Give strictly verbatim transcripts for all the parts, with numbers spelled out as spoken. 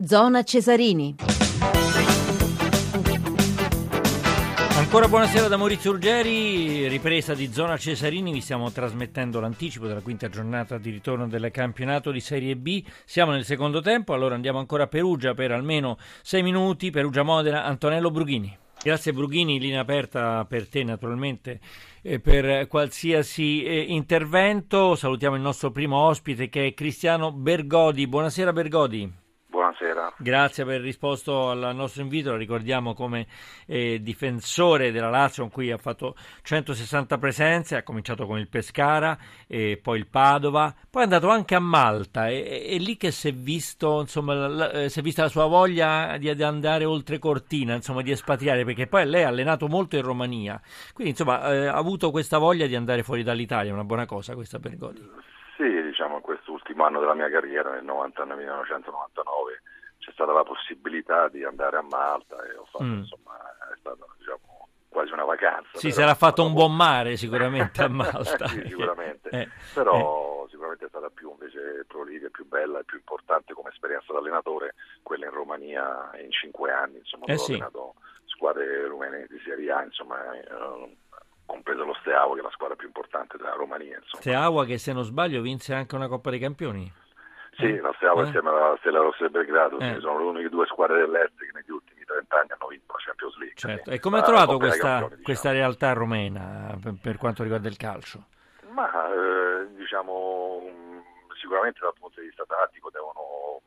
Zona Cesarini. Ancora buonasera da Maurizio Ruggeri, ripresa di Zona Cesarini, vi stiamo trasmettendo l'anticipo della quinta giornata di ritorno del campionato di Serie B, siamo nel secondo tempo, allora andiamo ancora a Perugia per almeno sei minuti, Perugia-Modena, Antonello Brughini. Grazie Brughini, linea aperta per te naturalmente eh, per qualsiasi eh, intervento. Salutiamo il nostro primo ospite che è Cristiano Bergodi. Buonasera Bergodi. Buonasera. Grazie per aver risposto al nostro invito, lo ricordiamo come eh, difensore della Lazio con cui ha fatto centosessanta presenze, ha cominciato con il Pescara, e poi il Padova, poi è andato anche a Malta, e è lì che si è visto, insomma, la, la, si è vista la sua voglia di, di andare oltre cortina, insomma, di espatriare, perché poi lei ha allenato molto in Romania, quindi insomma eh, ha avuto questa voglia di andare fuori dall'Italia, è una buona cosa questa per Bergodi. Sì, diciamo in quest'ultimo anno della mia carriera, nel novantotto millenovecentonovantanove, c'è stata la possibilità di andare a Malta e ho fatto, mm. insomma, è stata diciamo quasi una vacanza. Sì, sarà fatto un buon mare sicuramente a Malta. Sì, sicuramente, eh, però eh. sicuramente è stata più invece prolifica, più bella e più importante come esperienza da allenatore, quella in Romania in cinque anni, insomma, eh, ho sì. allenato squadre rumene di Serie A, insomma, eh, compreso lo Steaua, che è la squadra più importante della Romania. Insomma. Steaua che se non sbaglio vinse anche una Coppa dei Campioni. Sì, eh? la Steaua eh? insieme alla Stella Rossa e Belgrado, eh. sì, sono le uniche due squadre dell'Est che negli ultimi trenta anni hanno vinto la Champions League. Certo. Sì. E come hai trovato questa, campioni, diciamo. questa realtà romena per, per quanto riguarda il calcio? Ma eh, diciamo sicuramente dal punto di vista tattico devono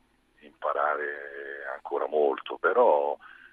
imparare ancora molto, però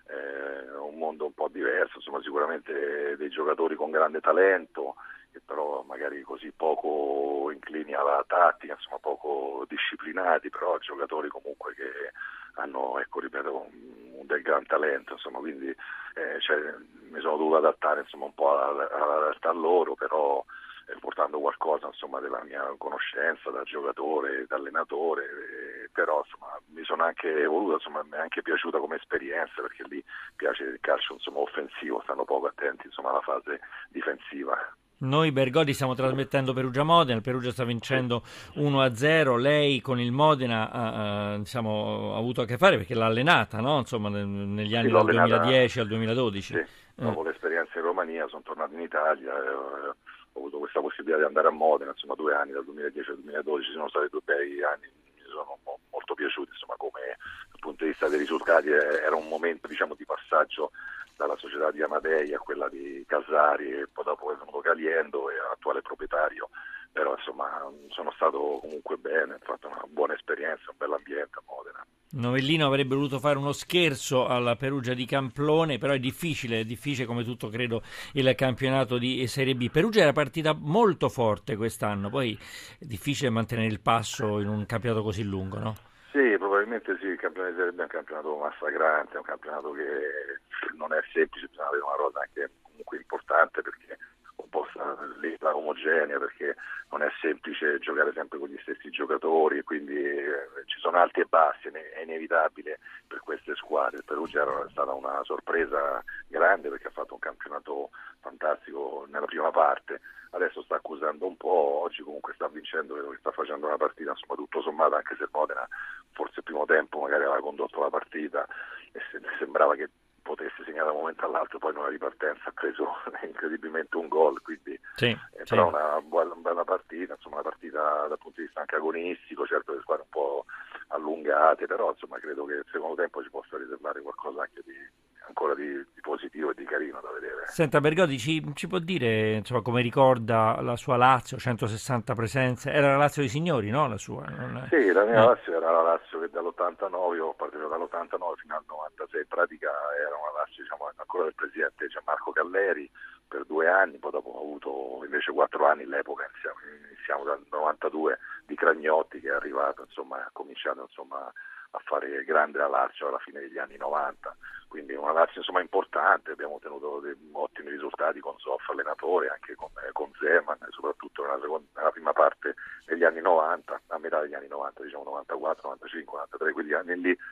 è un mondo un po' diverso, insomma sicuramente dei giocatori con grande talento, che però magari così poco inclini alla tattica, insomma poco disciplinati, però giocatori comunque che hanno, ecco ripeto, un del gran talento, insomma, quindi eh, cioè, mi sono dovuto adattare insomma un po' alla, alla realtà loro, però eh, portando qualcosa insomma della mia conoscenza da giocatore, da allenatore, eh, però insomma mi sono anche evoluto, insomma mi è anche piaciuta come esperienza, perché lì piace il calcio insomma offensivo, stanno poco attenti insomma alla fase difensiva. Noi Bergodi stiamo trasmettendo Perugia-Modena, il Perugia sta vincendo uno a zero, lei con il Modena ha, ha, diciamo, ha avuto a che fare perché l'ha allenata, no? Insomma, negli anni sì, dal duemiladieci al duemiladodici. Sì, dopo eh. l'esperienza in Romania sono tornato in Italia, eh, ho avuto questa possibilità di andare a Modena, insomma due anni, dal duemiladieci al duemiladodici, sono stati due bei anni, mi sono mo- molto piaciuti, insomma come dal punto di vista dei risultati eh, era un momento diciamo di passaggio dalla società di Amadei a quella di Casari, e poi dopo è venuto Caliendo e attuale proprietario, però insomma sono stato comunque bene, ho fatto una buona esperienza, un bell'ambiente a Modena. Novellino avrebbe voluto fare uno scherzo alla Perugia di Camplone, però è difficile, è difficile come tutto credo il campionato di Serie B. Perugia era partita molto forte quest'anno, poi è difficile mantenere il passo in un campionato così lungo, no? Sì, probabilmente sì, il campionato di Serie B è un campionato massacrante, è un campionato che non è semplice, bisogna avere una rosa anche comunque importante perché composta lenta, omogenea, perché non è semplice giocare sempre con gli stessi giocatori, quindi eh, ci sono alti e bassi, è inevitabile per queste squadre. Il Perugia è stata una sorpresa grande perché ha fatto un campionato fantastico nella prima parte, adesso sta accusando un po', oggi comunque sta vincendo, vedo che sta facendo una partita insomma tutto sommato, anche se Modena forse il primo tempo magari aveva condotto la partita e se, sembrava che potesse segnare da un momento all'altro, poi in una ripartenza ha preso incredibilmente un gol, quindi sì, eh, sì. però una buona, bella partita, insomma una partita dal punto di vista anche agonistico, certo le squadre un po' allungate, però insomma credo che il secondo tempo ci possa riservare qualcosa anche di ancora di, di positivo e di carino da vedere. Senta Bergodi, ci, ci può dire insomma come ricorda la sua Lazio, centosessanta presenze, era la Lazio dei signori, no? La sua? Non è... Sì, la mia eh. Lazio era la Lazio che dall'ottantanove, ho partito dall'ottantanove fino al novantasei, in pratica era una Lazio diciamo ancora del presidente Gianmarco Calleri per due anni, poi dopo ho avuto invece quattro anni all'epoca, iniziamo, iniziamo dal novantadue di Cragnotti che è arrivato, insomma ha cominciato insomma a fare grande la Lazio alla fine degli anni novanta, quindi una Lazio insomma importante, abbiamo ottenuto dei ottimi risultati con Zoff allenatore, anche con, eh, con Zeman, soprattutto nella, seconda, nella prima parte degli anni novanta, a metà degli anni novanta, diciamo novantaquattro, novantacinque, novantatré, quegli anni lì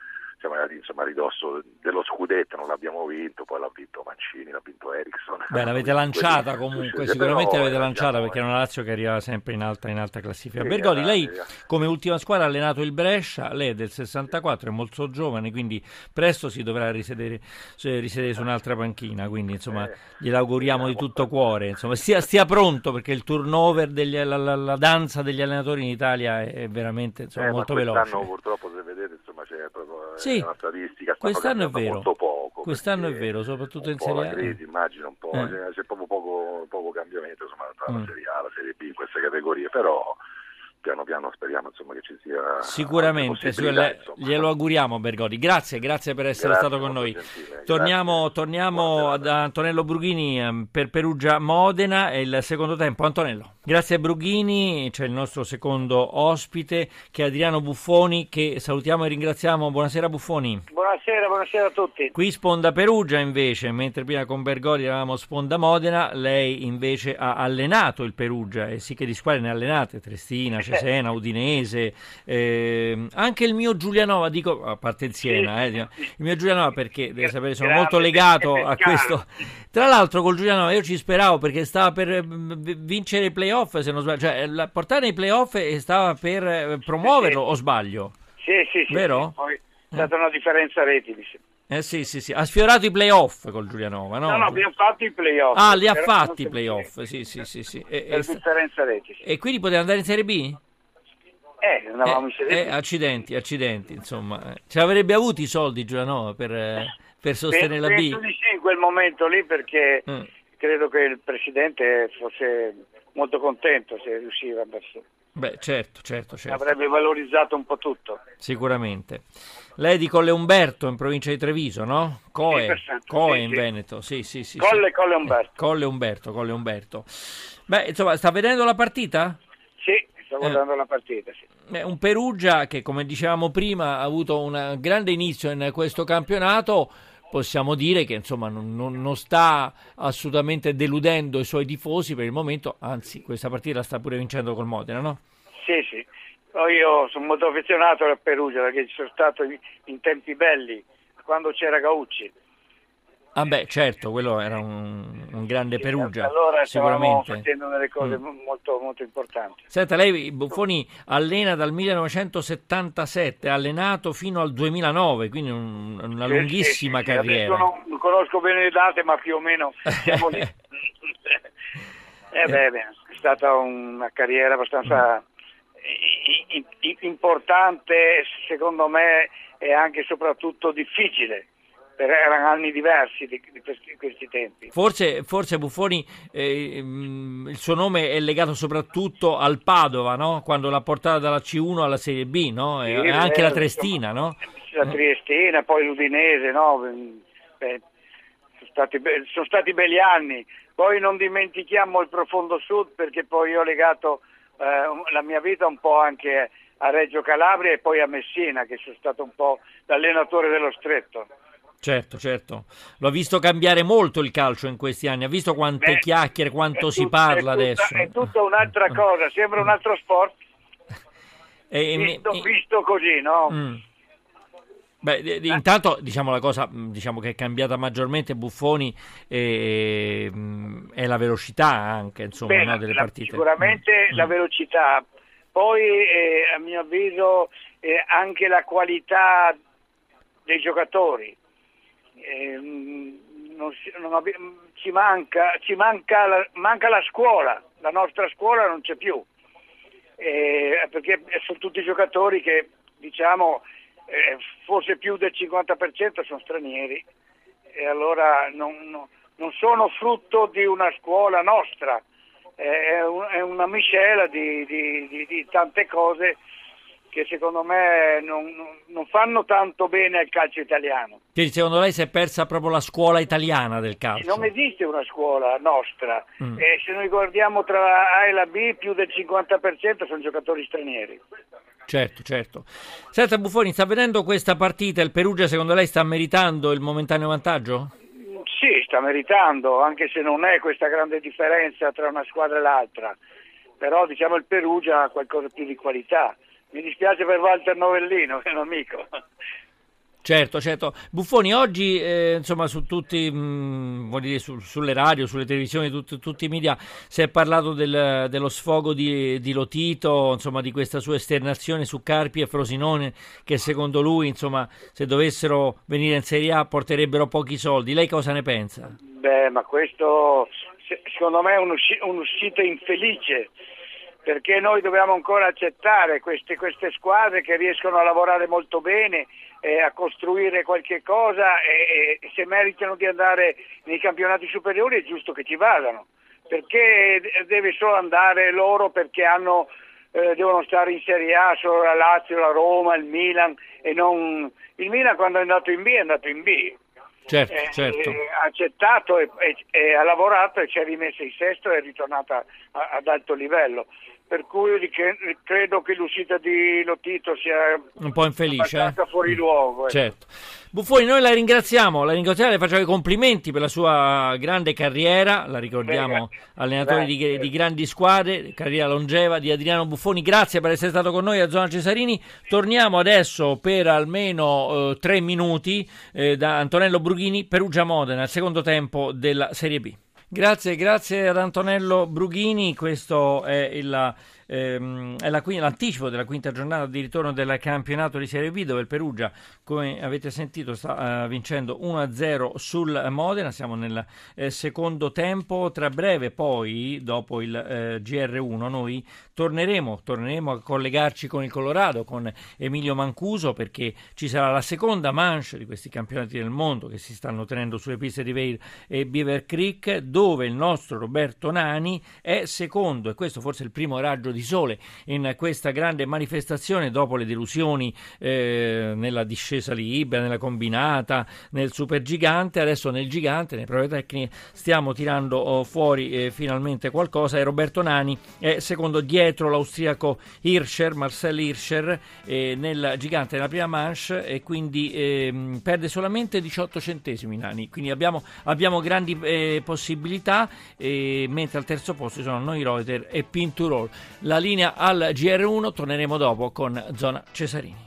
siamo arrivati insomma a ridosso dello scudetto, non l'abbiamo vinto, poi l'ha vinto Mancini, l'ha vinto Eriksson. Beh, l'avete lanciata comunque, sicuramente l'avete lanciata, perché è una Lazio che arriva sempre in alta, in alta classifica. Sì, Bergodi, lei come ultima squadra ha allenato il Brescia, lei è del sessantaquattro, è molto giovane, quindi presto si dovrà risedere, risedere su un'altra panchina, quindi insomma gliela auguriamo di tutto cuore, insomma stia, stia pronto, perché il turnover, degli, la, la, la danza degli allenatori in Italia è veramente insomma, eh, molto ma veloce. Quest'anno purtroppo, se vedete, insomma c'è proprio sì, una statistica, quest'anno è vero, molto poco, quest'anno è vero, soprattutto in Serie A. La crisi, immagino un po', eh. c'è, c'è proprio poco, poco cambiamento insomma, tra mm. la Serie A e la Serie B in queste categorie, però piano piano speriamo insomma che ci sia sicuramente, le, glielo auguriamo Bergodi. Grazie, grazie per essere grazie, stato con noi. Gentile, torniamo torniamo da Antonello Brughini per Perugia Modena e il secondo tempo. Antonello. Grazie a Brughini, c'è il nostro secondo ospite che è Adriano Buffoni, che salutiamo e ringraziamo. Buonasera Buffoni. Buonasera, buonasera a tutti. Qui Sponda Perugia invece, mentre prima con Bergodi eravamo Sponda Modena, lei invece ha allenato il Perugia, e sì che di squadre ne ha allenate, Triestina, Cesena, Udinese, eh, anche il mio Giulianova, dico, a parte il Siena, eh, il mio Giulianova, perché deve sapere sono molto legato a questo. Tra l'altro col Giulianova io ci speravo, perché stava per vincere i playoff, se non sbaglio, cioè portare nei playoff e stava per promuoverlo, sì, sì. O sbaglio? Sì, sì, sì. Vero? Sì. Poi è stata una differenza reti, mi sembra. Eh sì, sì, sì, ha sfiorato i playoff col Giulianova, no? No, no, abbiamo fatto i playoff. Ah, li ha fatti i playoff, sì, sì, sì, sì. E, per e differenza reti, sì. E quindi poteva andare in Serie B? Eh, andavamo eh, in Serie B. Eh, accidenti, accidenti, insomma. Ce l'avrebbe avuti i soldi Giulianova per, per sostenere la B? Penso di sì in quel momento lì, perché mm. credo che il Presidente fosse molto contento se riusciva a darsi. Beh, certo, certo, certo. Avrebbe valorizzato un po' tutto. Sicuramente. Lei di Colle Umberto, in provincia di Treviso, no? Coe, sì, Coe sì, in sì. Veneto, sì, sì, sì. Colle, sì. Colle Umberto. Eh, Colle Umberto, Colle Umberto. Beh, insomma, sta vedendo la partita? Sì, sto guardando eh. la partita, sì. Beh, un Perugia che, come dicevamo prima, ha avuto un grande inizio in questo campionato. Possiamo dire che insomma non, non, non sta assolutamente deludendo i suoi tifosi per il momento, anzi questa partita la sta pure vincendo col Modena, no? Sì, sì. Io sono molto affezionato a Perugia, perché ci sono stato in tempi belli, quando c'era Gaucci. Ah beh, certo, quello era un, un grande Perugia, allora sicuramente. Stavamo facendo delle cose mm. molto, molto importanti. Senta, lei Buffoni allena dal millenovecentosettantasette, ha allenato fino al duemilanove, quindi un, una sì, lunghissima sì, sì, carriera. Non, non conosco bene le date, ma più o meno siamo lì. eh, beh, beh, è stata una carriera abbastanza mm. importante, secondo me, e anche e soprattutto difficile. Erano anni diversi di, di questi, questi tempi. Forse, forse Buffoni, eh, il suo nome è legato soprattutto al Padova, no? Quando l'ha portata dalla C uno alla Serie B, no? Sì, e anche la Triestina, no? La Triestina, poi l'Udinese, no? Beh, sono, stati be- sono stati belli anni. Poi non dimentichiamo il profondo sud, perché poi io ho legato eh, la mia vita un po' anche a Reggio Calabria e poi a Messina, che sono stato un po' l'allenatore dello Stretto. Certo, certo. L'ho visto cambiare molto il calcio in questi anni. Ha visto quante Beh, chiacchiere, quanto si tut- parla è tutta, adesso. È tutta un'altra cosa, sembra un altro sport. E, visto, e, visto così, no? Mm. Beh, eh. intanto diciamo la cosa diciamo che è cambiata maggiormente Buffoni eh, è la velocità anche, insomma, Beh, no, delle la, partite. Sicuramente mm. la velocità, poi eh, a mio avviso eh, anche la qualità dei giocatori. Eh, non si, non abbiamo, ci manca, ci manca la, manca la scuola, la nostra scuola non c'è più, eh, perché sono tutti giocatori che diciamo eh, forse più del cinquanta per cento sono stranieri, e allora non, non, non sono frutto di una scuola nostra, eh, è, un, è una miscela di, di, di, di tante cose che secondo me non, non fanno tanto bene al calcio italiano. Quindi secondo lei si è persa proprio la scuola italiana del calcio? Non esiste una scuola nostra, mm. e se noi guardiamo tra la A e la B più del cinquanta per cento sono giocatori stranieri. Certo, certo. Senta Buffoni, sta vedendo questa partita, il Perugia secondo lei sta meritando il momentaneo vantaggio? Sì, sta meritando, anche se non è questa grande differenza tra una squadra e l'altra, però diciamo il Perugia ha qualcosa più di qualità. Mi dispiace per Walter Novellino, che è un amico. Certo, certo. Buffoni, oggi eh, insomma su tutti, mh, vuol dire, su, sulle radio, sulle televisioni, tut, tutti i media si è parlato del, dello sfogo di, di Lotito, insomma di questa sua esternazione su Carpi e Frosinone, che secondo lui, insomma, se dovessero venire in Serie A porterebbero pochi soldi. Lei cosa ne pensa? Beh, ma questo secondo me è un'uscita infelice, perché noi dobbiamo ancora accettare queste, queste squadre che riescono a lavorare molto bene, eh, a costruire qualche cosa, e, e se meritano di andare nei campionati superiori è giusto che ci vadano, perché deve solo andare loro perché hanno, eh, devono stare in Serie A solo la Lazio, la Roma, il Milan, e non il Milan quando è andato in B è andato in B. Certo, eh, certo. Eh, ha accettato e, e, e ha lavorato e ci è rimessa in sesto e è ritornata a, ad alto livello. Per cui credo che l'uscita di Lotito sia un po' infelice, eh? fuori luogo. Eh. Certo. Buffoni, noi la ringraziamo, la ringraziamo, le facciamo i complimenti per la sua grande carriera, la ricordiamo Beh, allenatore di, di grandi squadre, carriera longeva di Adriano Buffoni. Grazie per essere stato con noi a Zona Cesarini. Torniamo adesso per almeno eh, tre minuti eh, da Antonello Brughini, Perugia-Modena, il secondo tempo della Serie B. Grazie, grazie ad Antonello Brughini. Questo è, il, ehm, è la, l'anticipo della quinta giornata di ritorno del campionato di Serie B, dove il Perugia, come avete sentito, sta uh, vincendo uno a zero sul Modena. Siamo nel eh, secondo tempo. Tra breve poi, dopo il eh, G R uno, noi torneremo, torneremo a collegarci con il Colorado, con Emilio Mancuso, perché ci sarà la seconda manche di questi campionati del mondo che si stanno tenendo sulle piste di Vail e Beaver Creek, dove il nostro Roberto Nani è secondo, e questo forse è il primo raggio di sole in questa grande manifestazione dopo le delusioni eh, nella discesa libera, nella combinata, nel supergigante. Adesso nel gigante, nelle prove tecniche, stiamo tirando oh, fuori eh, finalmente qualcosa, e Roberto Nani è secondo dietro l'austriaco Hirscher, Marcel Hirscher, eh, nel gigante nella prima manche, e quindi eh, perde solamente diciotto centesimi Nani, quindi abbiamo, abbiamo grandi eh, possibilità. E mentre al terzo posto ci sono Neureuter e Pinturol. La linea al G R uno, torneremo dopo con Zona Cesarini.